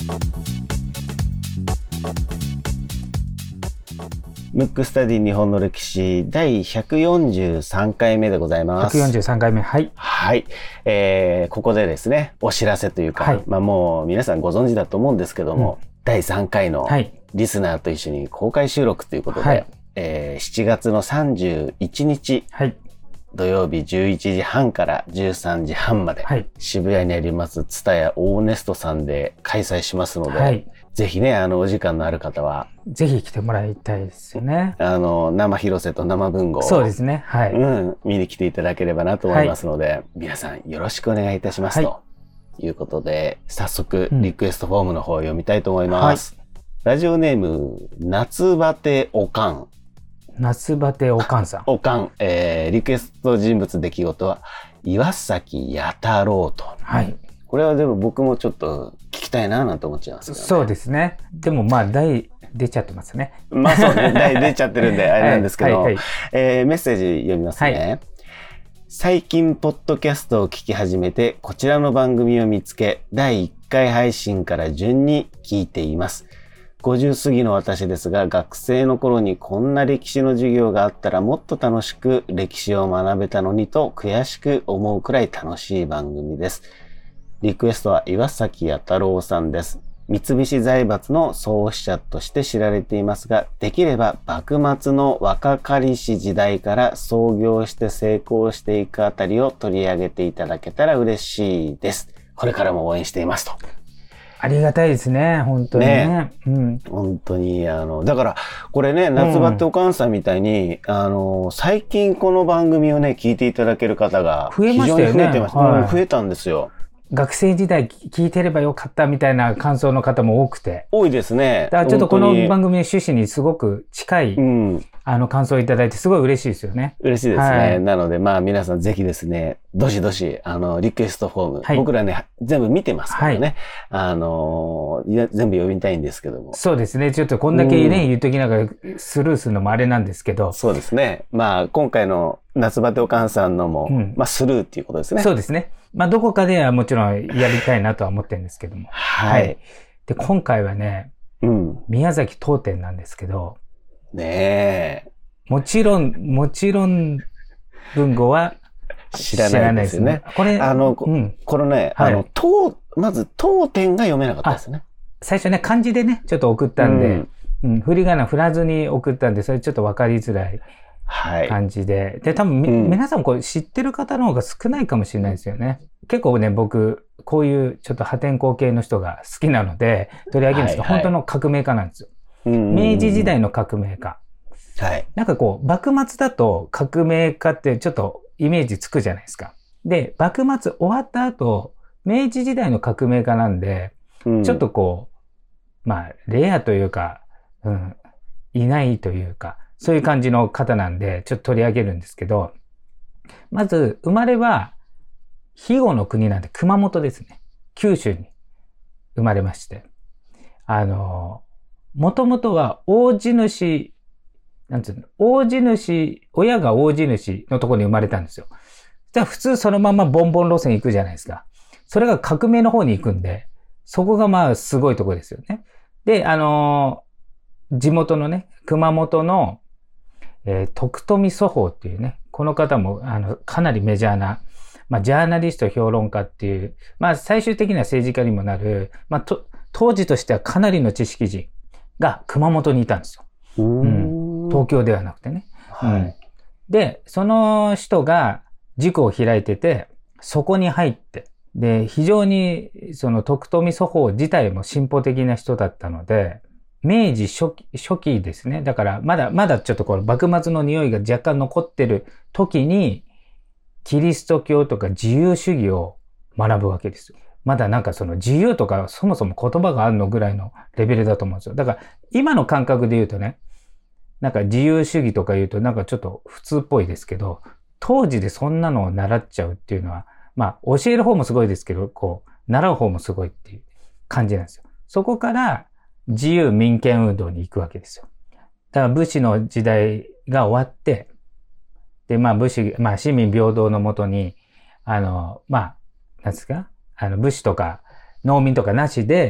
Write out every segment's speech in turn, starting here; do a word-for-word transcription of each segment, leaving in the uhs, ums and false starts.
ムックスタディ日本の歴史だいひゃくよんじゅうさんかいめでございます。 ひゃくよんじゅうさんかいめ、はい。 はい。えー、ここでですね、お知らせというか、はい、まあもう皆さんご存知だと思うんですけども、うん、だいさんかいのリスナーと一緒に公開収録ということで、はい、えー、しちがつのさんじゅういちにち、はい、土曜日じゅういちじはんからじゅうさんじはんまで、はい、渋谷にありますツタヤオーネストさんで開催しますので、はい、ぜひね、あの、お時間のある方は。 ぜひ来てもらいたいですよね。 あの、生広瀬と生文豪。 そうですね。はい。 うん。見に来ていただければなと思いますので、はい、皆さんよろしくお願いいたします。はい、ということで、早速、リクエストフォームの方を読みたいと思います。うん、はい、ラジオネーム、夏バテおかん。 夏バテおかんさん。 おかん。えー、リクエスト人物出来事は、岩崎弥太郎と。はい。これはでも僕もちょっと聞きたいななんて思っちゃいますけどね。 そうですね。でもまあ、題出ちゃってますね。 まあそうね。題出ちゃってるんで、あれなんですけど、はいはいはい、えー、メッセージ読みますね。はい、最近、ポッドキャストを聞き始めて、こちらの番組を見つけ、だいいっかい配信から順に聞いています。ごじゅう過ぎの私ですが、学生の頃にこんな歴史の授業があったらもっと楽しく歴史を学べたのにと悔しく思うくらい楽しい番組です。リクエストは岩崎弥太郎さんです。三菱財閥の創始者として知られていますが、できれば幕末の若かりし時代から創業して成功していくあたりを取り上げていただけたら嬉しいです。これからも応援していますと。 ありがたいですね、本当にね。ね、 うん、本当に、あの、だから、これね、夏バテおかんさんみたいに、うん、あの、最近この番組をね、聞いていただける方が、非常に増えてます。はい、増えたんですよ。 学生時代聞いてればよかったみたいな感想の方も多くて。 多いですね。 だからちょっとこの番組の趣旨にすごく近い、うん、あの感想をいただいてすごい嬉しいですよね。 嬉しいですね。はい、なのでまあ皆さんぜひですね、どしどし、あの、リクエストフォーム、はい、僕らね、全部見てますからね。はい、あの、いや全部読みたいんですけども。 そうですね。ちょっとこんだけね、うん、言っときながらスルーするのもあれなんですけど。 そうですね。まあ今回の夏バテおかんさんのも、うん、まあスルーっていうことですね。 そうですね。まあどこかではもちろんやりたいなとは思ってるんですけども。 はい、はい。 で、今回はね、うん、宮崎当店なんですけど。 ねえ。 もちろん、もちろん、文豪は知らないですよね。 これ、 あの、うん、このね、はい、あの、当、まず当店が読めなかったですね。 最初ね、漢字でね、ちょっと送ったんで、うんうん、振り仮名振らずに送ったんで、それちょっとわかりづらい。感じで。はい、で、多分、うん、皆さんこれ知ってる方の方が少ないかもしれないですよね。結構ね、僕、こういうちょっと破天荒系の人が好きなので、取り上げるんですけど、はいはい、本当の革命家なんですよ。明治時代の革命家。はい。なんかこう、幕末だと革命家ってちょっとイメージつくじゃないですか。で、幕末終わった後、明治時代の革命家なんで、うん、ちょっとこう、まあ、レアというか、うん、いないというか、そういう感じの方なんで、ちょっと取り上げるんですけど、まず、生まれは、肥後の国なんで熊本ですね。九州に生まれまして。あの、もともとは大地主、なんつうの、大地主、親が大地主のところに生まれたんですよ。じゃあ普通そのままボンボン路線行くじゃないですか。それが革命の方に行くんで、そこがまあすごいところですよね。で、あの、地元のね、熊本のえー、徳富祖法っていうね、この方も、あの、かなりメジャーな、まあ、ジャーナリスト評論家っていう、まあ、最終的には政治家にもなる、まあ、と、当時としてはかなりの知識人が熊本にいたんですよ。うん、東京ではなくてね。はい、うん。で、その人が塾を開いてて、そこに入って、で、非常に、その徳富祖法自体も進歩的な人だったので、明治初期、初期ですね。だから、まだ、まだちょっとこの幕末の匂いが若干残ってる時に、キリスト教とか自由主義を学ぶわけですよ。まだなんかその自由とかそもそも言葉があるのぐらいのレベルだと思うんですよ。だから、今の感覚で言うとね、なんか自由主義とか言うとなんかちょっと普通っぽいですけど、当時でそんなのを習っちゃうっていうのは、まあ、教える方もすごいですけど、こう、習う方もすごいっていう感じなんですよ。そこから、自由民権運動に行くわけですよ。だから武士の時代が終わって、で、まあ武士、まあ市民平等のもとに、あの、まあ、なんですか、あの武士とか農民とかなしで、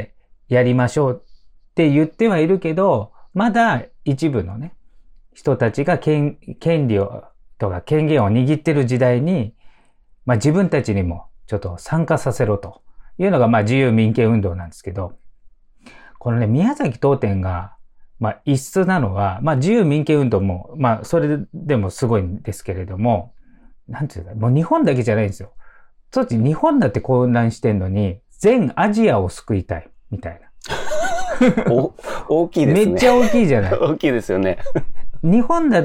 やりましょうって言ってはいるけど、まだ一部のね、人たちが権、権利を、とか権限を握ってる時代に、まあ自分たちにもちょっと参加させろというのがまあ自由民権運動なんですけど、このね、宮崎東店が、まあ異質なのは、まあ自由民権運動も、まあそれでもすごいんですけれども、なんていうか、もう日本だけじゃないんですよ。当時日本だって混乱してんのに、全アジアを救いたい、みたいな。 お大きいですね。 めっちゃ大きいじゃない。 大きいですよね。 日本だって、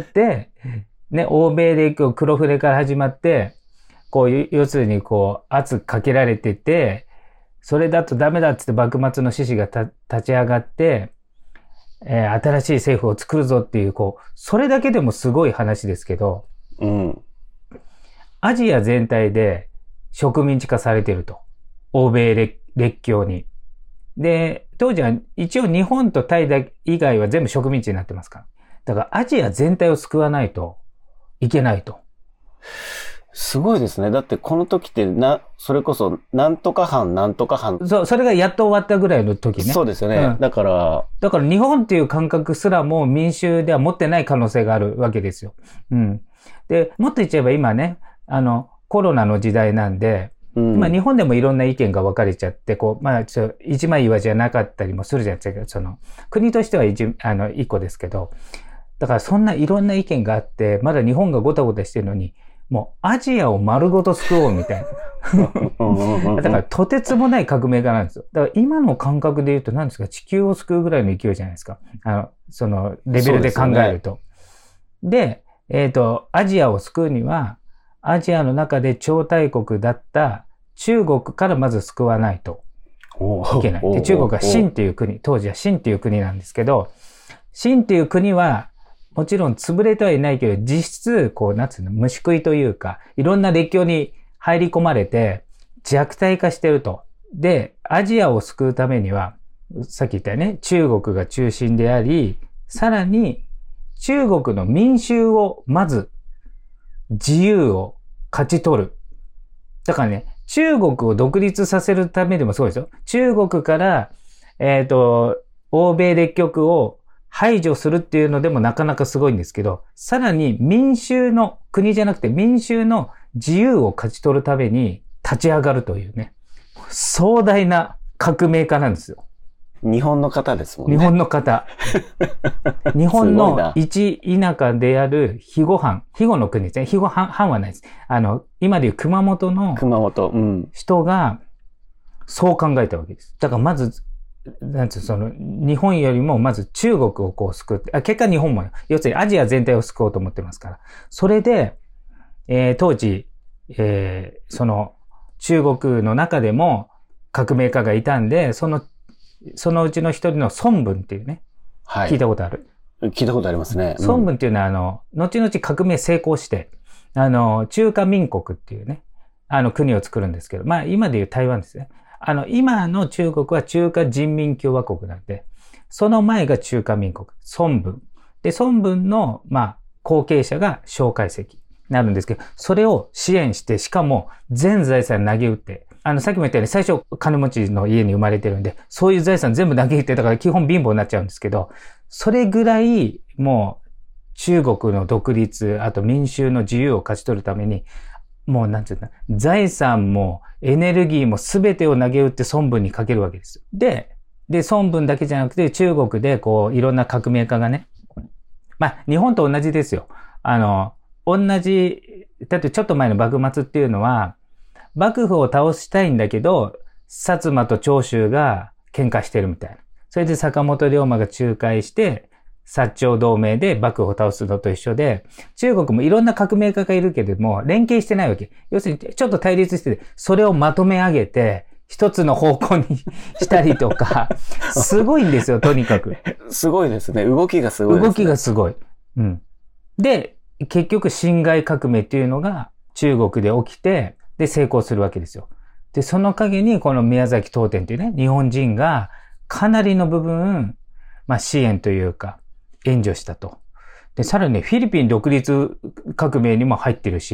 ね、欧米で黒船から始まって、こう、要するにこう、圧かけられてて、それだとダメだっつって幕末の志士がた立ち上がって、えー、新しい政府を作るぞっていう、こう、それだけでもすごい話ですけど、 うん。 アジア全体で植民地化されてると。欧米列、列強に。で、当時は一応日本とタイ以外は全部植民地になってますから。だからアジア全体を救わないといけないと。 すごいですね。だってこの時ってな、それこそなんとか藩なんとか藩。 そう、それがやっと終わったぐらいの時ね。 そうですよね。うん、だから。 だから日本っていう感覚すらも民衆では持ってない可能性があるわけですよ。うん。で、もっと言っちゃえば今ね、あの、コロナの時代なんで、うん、今日本でもいろんな意見が分かれちゃって、こう、まあ、ちょっと一枚岩じゃなかったりもするじゃないですか。その、国としては一、あの、一個ですけど、だからそんないろんな意見があって、まだ日本がごたごたしてるのに、もうアジアを丸ごと救おうみたいな。だからとてつもない革命家なんですよ。だから今の感覚で言うと何ですか、地球を救うぐらいの勢いじゃないですか。あの、そのレベルで考えると。で、ね、で、えっと、アジアを救うには、アジアの中で超大国だった中国からまず救わないといけない。で、中国は清っていう国、当時は清っていう国なんですけど、清っていう国は、もちろん潰れてはいないけど、実質、こう、なんつうの、虫食いというか、いろんな列強に入り込まれて、弱体化してると。で、アジアを救うためには、さっき言ったよね、中国が中心であり、さらに、中国の民衆を、まず、自由を勝ち取る。だからね、中国を独立させるためでもすごいですよ。中国から、えっと、欧米列強を排除するっていうのでもなかなかすごいんですけど、さらに民衆の、国じゃなくて民衆の自由を勝ち取るために立ち上がるというね、壮大な革命家なんですよ。 日本の方ですもんね。 日本の方。日本の一田舎である肥後藩。肥後の国ですね。肥後藩、藩はないです。あの、今でいう熊本の熊本、うん、 人がそう考えたわけです。だからまず、なんつう、その、日本よりもまず中国をこう救って、あ、結果日本も、要するにアジア全体を救おうと思ってますから。それで、えー、当時、えー、その、中国の中でも革命家がいたんで、その、そのうちの一人の孫文っていうね、はい、聞いたことある？ 聞いたことありますね。 うん、孫文っていうのは、あの、後々革命成功して、あの、中華民国っていうね、あの国を作るんですけど、まあ今でいう台湾ですね。あの、今の中国は中華人民共和国なんで、その前が中華民国、孫文。で、孫文の、まあ、後継者が蒋介石になるんですけど、それを支援して、しかも全財産投げ打って、あの、さっきも言ったように最初金持ちの家に生まれてるんで、そういう財産全部投げ打って、だから基本貧乏になっちゃうんですけど、それぐらいもう中国の独立、あと民衆の自由を勝ち取るために、もうなんていうんだ、財産もエネルギーも全てを投げ打って孫文にかけるわけです。で、で、孫文だけじゃなくて中国でこういろんな革命家がね、まあ日本と同じですよ。あの、同じ、だってちょっと前の幕末っていうのは、幕府を倒したいんだけど、薩摩と長州が喧嘩してるみたいな。それで坂本龍馬が仲介して、薩長同盟で幕府を倒すのと一緒で、中国もいろんな革命家がいるけれども、連携してないわけ。要するに、ちょっと対立してて、それをまとめ上げて、一つの方向にしたりとか、すごいんですよ、とにかく。 すごいですね。動きがすごいですね。 動きがすごい。うん。で、結局、辛亥革命っていうのが中国で起きて、で、成功するわけですよ。で、その陰に、この宮崎東店っていうね、日本人がかなりの部分、まあ、支援というか、援助したと。で、さらにね、フィリピン独立革命にも入ってるし、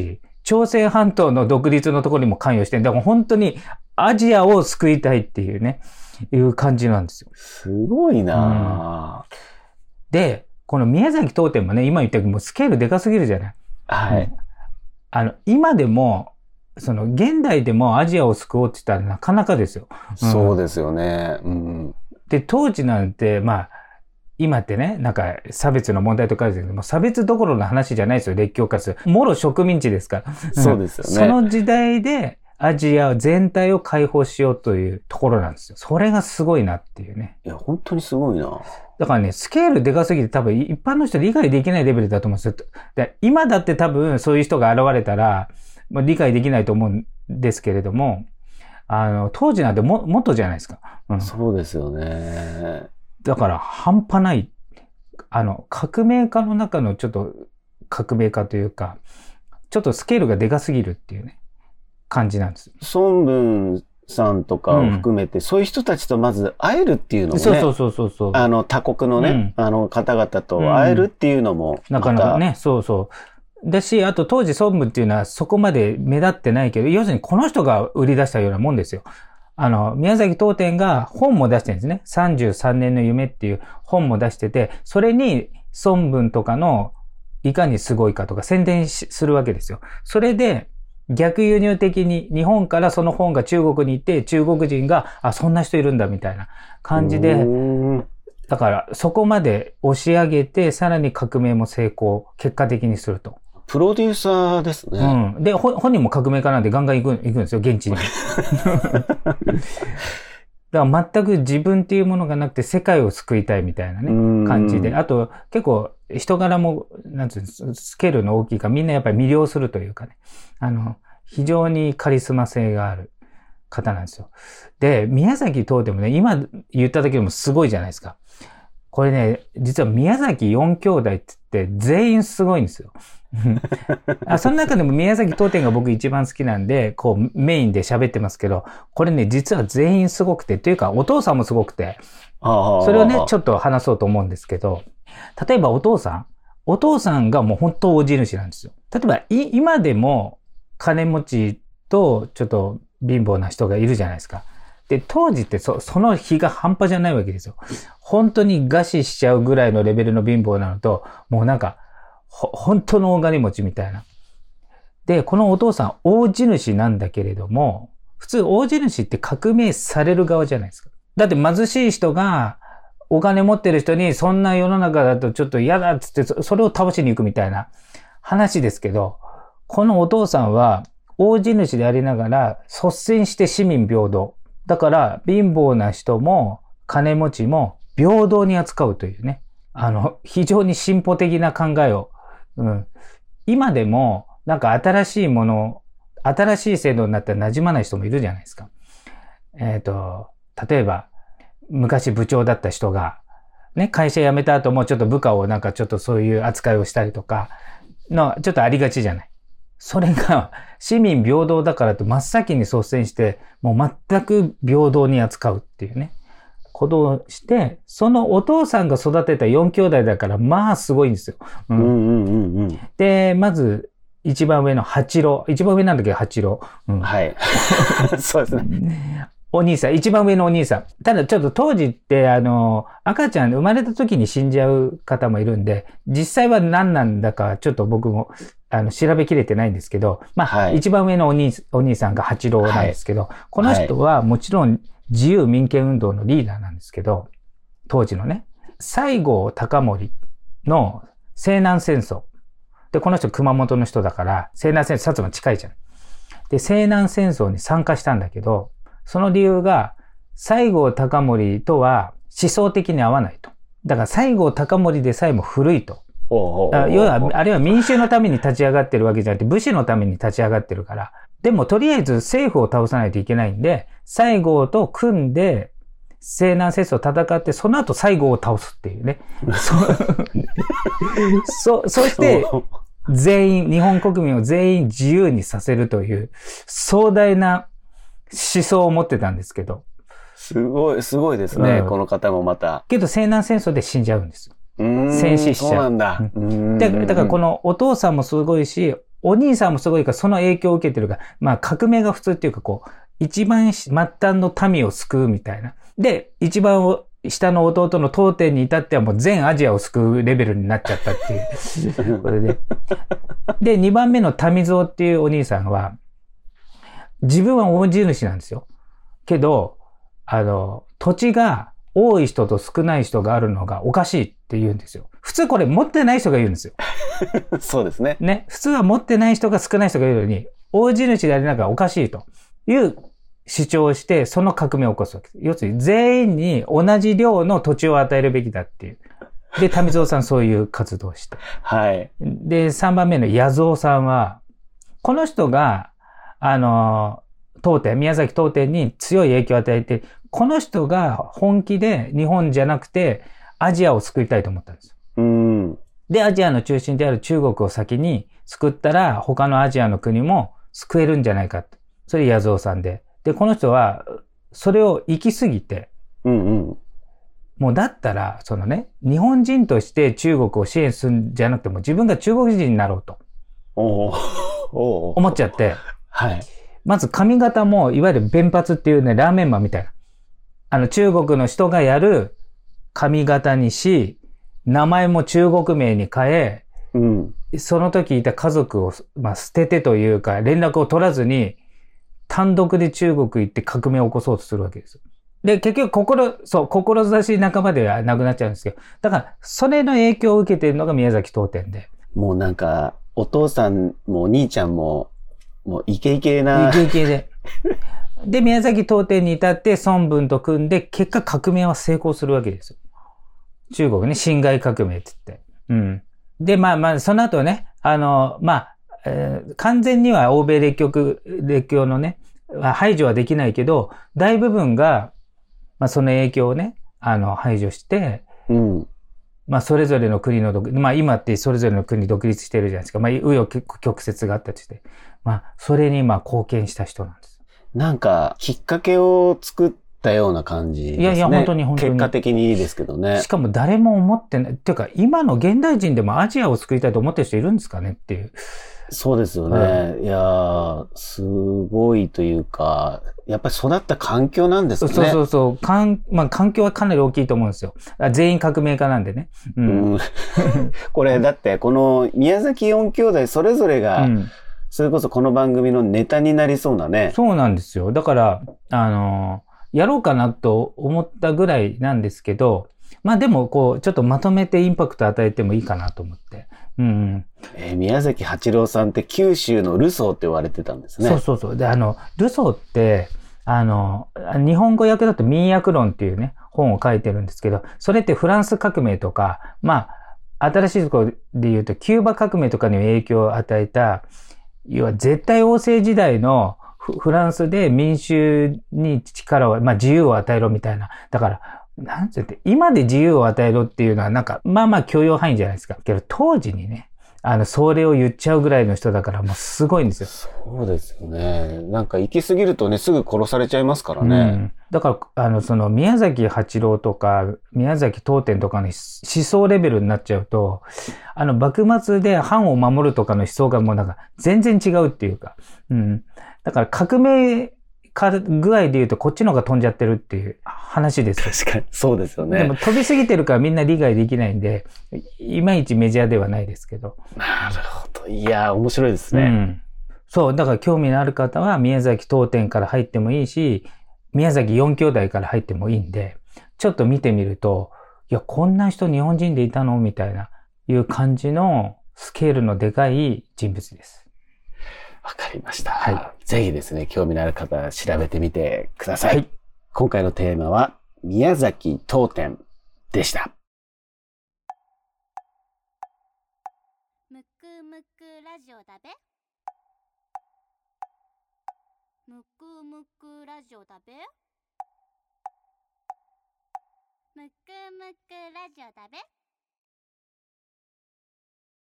朝鮮半島の独立のところにも関与してる。だから本当にアジアを救いたいっていうね、いう感じなんですよ。 すごいな、うん、 で、この宮崎東店もね、今言ったけどもスケールでかすぎるじゃない。 はい。 あの、今でも、その、現代でもアジアを救おうって言ったらなかなかですよ。 うん、そうですよね。うん、 で、当時なんて、まあ、今ってね、なんか差別の問題とかあるんですけども、差別どころの話じゃないですよ、列強化する。もろ植民地ですから。 そうですよね。 その時代でアジア全体を解放しようというところなんですよ。それがすごいなっていうね。 いや、本当にすごいな。 だからね、スケールでかすぎて多分一般の人理解できないレベルだと思うんですよ。で、今だって多分そういう人が現れたら、まあ、理解できないと思うんですけれども、あの、当時なんても、もっとじゃないですか。 うん、そうですよね。 だから半端ない。あの、革命家の中のちょっと革命家というか、ちょっとスケールがでかすぎるっていうね、感じなんです。 孫文さんとかを含めて、うん、そういう人たちとまず会えるっていうのもね。そうそうそうそうそう。 あの、他国のね、うん、あの方々と会えるっていうのも、 うん、なかなかね、そうそう。だし、あと当時孫文っていうのはそこまで目立ってないけど、要するにこの人が売り出したようなもんですよ。あの、宮崎東店が本も出してるんですね。さんじゅうさんねんの夢っていう本も出してて、それに孫文とかのいかにすごいかとか宣伝するわけですよ。それで逆輸入的に日本からその本が中国に行って中国人が、あ、そんな人いるんだみたいな感じで、だからそこまで押し上げてさらに革命も成功、結果的にすると。 プロデューサーですね。 うん。で、本人も革命家なんでガンガン行く、行くんですよ、現地に。だから全く自分っていうものがなくて世界を救いたいみたいなね、感じで。あと、結構人柄も、なんていうんですか、スケールの大きいからみんなやっぱり魅了するというかね。あの、非常にカリスマ性がある方なんですよ。で、宮崎東でもね、今言っただけでもすごいじゃないですか。これね、実は宮崎四兄弟って言って全員すごいんですよ。あ、その中でも宮崎東店が僕一番好きなんで、こうメインで喋ってますけど、これね、実は全員すごくて、というかお父さんもすごくて、それをね、ちょっと話そうと思うんですけど、例えばお父さん、お父さんがもう本当大地主なんですよ。例えばい今でも金持ちとちょっと貧乏な人がいるじゃないですか。で、当時ってそ、その日が半端じゃないわけですよ。本当に餓死しちゃうぐらいのレベルの貧乏なのと、もうなんか、ほ、本当の大金持ちみたいな。で、このお父さん、大地主なんだけれども、普通大地主って革命される側じゃないですか。だって貧しい人が、お金持ってる人に、そんな世の中だとちょっと嫌だっつって、それを倒しに行くみたいな話ですけど、このお父さんは、大地主でありながら、率先して市民平等。だから、貧乏な人も、金持ちも、平等に扱うというね。あの、非常に進歩的な考えを、うん。今でも、なんか新しいもの、新しい制度になったら馴染まない人もいるじゃないですか。えっと、例えば、昔部長だった人が、ね、会社辞めた後もちょっと部下をなんかちょっとそういう扱いをしたりとか、の、ちょっとありがちじゃない。それが、市民平等だからと真っ先に率先して、もう全く平等に扱うっていうね。ことをして、そのお父さんが育てた四兄弟だから、まあすごいんですよ。うんうんうんうん、 で、まず、一番上の八郎。一番上なんだけど八郎。 うん、はい。そうですね。 お兄さん。一番上のお兄さん。ただちょっと当時って、あの、赤ちゃん生まれた時に死んじゃう方もいるんで、実際は何なんだか、ちょっと僕も、あの、調べきれてないんですけど、まあ、はい、一番上のお兄、お兄さんが八郎なんですけど、はい、この人はもちろん自由民権運動のリーダーなんですけど、当時のね、西郷隆盛の西南戦争。で、この人熊本の人だから、西南戦争、薩摩近いじゃん。で、西南戦争に参加したんだけど、その理由が、西郷隆盛とは思想的に合わないと。だから西郷隆盛でさえも古いと。要は、あれは民衆のために立ち上がってるわけじゃなくて、武士のために立ち上がってるから。でも、とりあえず政府を倒さないといけないんで、西郷と組んで、西南戦争を戦って、その後西郷を倒すっていうね。そ、そして、全員、日本国民を全員自由にさせるという、壮大な思想を持ってたんですけど。 すごい、すごいですね、ねこの方もまた。 けど、西南戦争で死んじゃうんですよ。戦死しちゃう。 そうなんだ。 うん、だから、だからこのお父さんもすごいし、 お兄さんもすごいから、その影響を受けてるから、まあ革命が普通っていうかこう、一番末端の民を救うみたいな。で、一番下の弟の当店に至ってはもう全アジアを救うレベルになっちゃったっていう。これで。で、二番目の民蔵っていうお兄さんは、自分は大地主なんですよ。けど、あの、土地が多い人と少ない人があるのがおかしいって言うんですよ。普通これ持ってない人が言うんですよ。 そうですね。 ね。普通は持ってない人が少ない人が言うのに、大地主でありながらおかしいという主張をして、その革命を起こすわけです。要するに全員に同じ量の土地を与えるべきだっていう。で、民蔵さんそういう活動をして。 はい。 で、さんばんめの矢蔵さんは、この人が、あの、当店、宮崎当店に強い影響を与えて、この人が本気で日本じゃなくてアジアを救いたいと思ったんですよ。 うん。 で、アジアの中心である中国を先に救ったら他のアジアの国も救えるんじゃないか。それ矢蔵さんで。で、この人はそれを行き過ぎて、 うんうん、 もうだったら、そのね、日本人として中国を支援するんじゃなくても自分が中国人になろうと。 おーおー思っちゃって。 はい。 まず髪型もいわゆる弁髪っていうね、ラーメンマンみたいな。あの中国の人がやる髪型にし、名前も中国名に変え、 うん、 その時いた家族を、まあ、捨ててというか連絡を取らずに単独で中国行って革命を起こそうとするわけです。で、結局心、そう、志半ばではなくなっちゃうんですけど、だからそれの影響を受けているのが宮崎当店で。 もうなんか、お父さんもお兄ちゃんも、もうイケイケな。 イケイケで。で、宮崎当店に至って孫文と組んで、結果革命は成功するわけですよ。中国ね、辛亥革命って言って。うん。で、まあまあ、その後ね、あの、まあ、えー、完全には欧米列強、列強のね、排除はできないけど、大部分が、まあその影響をね、あの、排除して、 うん。 まあそれぞれの国の独、まあ今ってそれぞれの国独立してるじゃないですか。まあ、紆余曲折があったとして。まあ、それにまあ貢献した人なんです。 なんか、きっかけを作ったような感じですね。 いやいや、本当に本当に。 結果的にいいですけどね。 しかも誰も思ってない。っていうか、今の現代人でもアジアを救いたいと思ってる人いるんですかねっていう。 そうですよね。うん、いやー、すごいというか、やっぱり育った環境なんですね。 そうそうそう。かんまあ、環境はかなり大きいと思うんですよ。全員革命家なんでね。うん。うん、 これ、だって、この宮崎よん兄弟それぞれが、うん、それこそこの番組のネタになりそうなね。 そうなんですよ。だから、あのー、やろうかなと思ったぐらいなんですけど、まあでも、こう、ちょっとまとめてインパクト与えてもいいかなと思って。うんうんえー、宮崎八郎さんって九州のルソーって言われてたんですね。 そうそうそう。で、あの、ルソーって、あの、日本語訳だと民訳論っていうね、本を書いてるんですけど、それってフランス革命とか、まあ、新しいところで言うと、キューバ革命とかに影響を与えた、要は絶対王政時代のフランスで民衆に力を、まあ自由を与えろみたいな。だから、なんつって、今で自由を与えろっていうのはなんか、まあまあ許容範囲じゃないですか。けど当時にね、あの、それを言っちゃうぐらいの人だからもうすごいんですよ。 そうですよね。なんか行き過ぎるとね、すぐ殺されちゃいますからね。うん、 だから、あの、その宮崎八郎とか、宮崎当店とかの思想レベルになっちゃうと、あの、幕末で藩を守るとかの思想がもうなんか全然違うっていうか、うん。だから革命、具合で言うとこっちの方が飛んじゃってるっていう話です。 確かに。そうですよね。 でも飛びすぎてるからみんな理解できないんで、いまいちメジャーではないですけど。 なるほど。いやー、面白いですね。 うん。そう。だから興味のある方は宮崎当店から入ってもいいし、宮崎四兄弟から入ってもいいんで、ちょっと見てみると、いや、こんな人日本人でいたのみたいな、いう感じのスケールのでかい人物です。 わかりました。 はい。 ぜひですね、興味のある方は調べてみてください。はい。今回のテーマは、宮崎当店でした。 むくむくラジオだべ。むくむくラジオだべ。むくむくラジオだべ。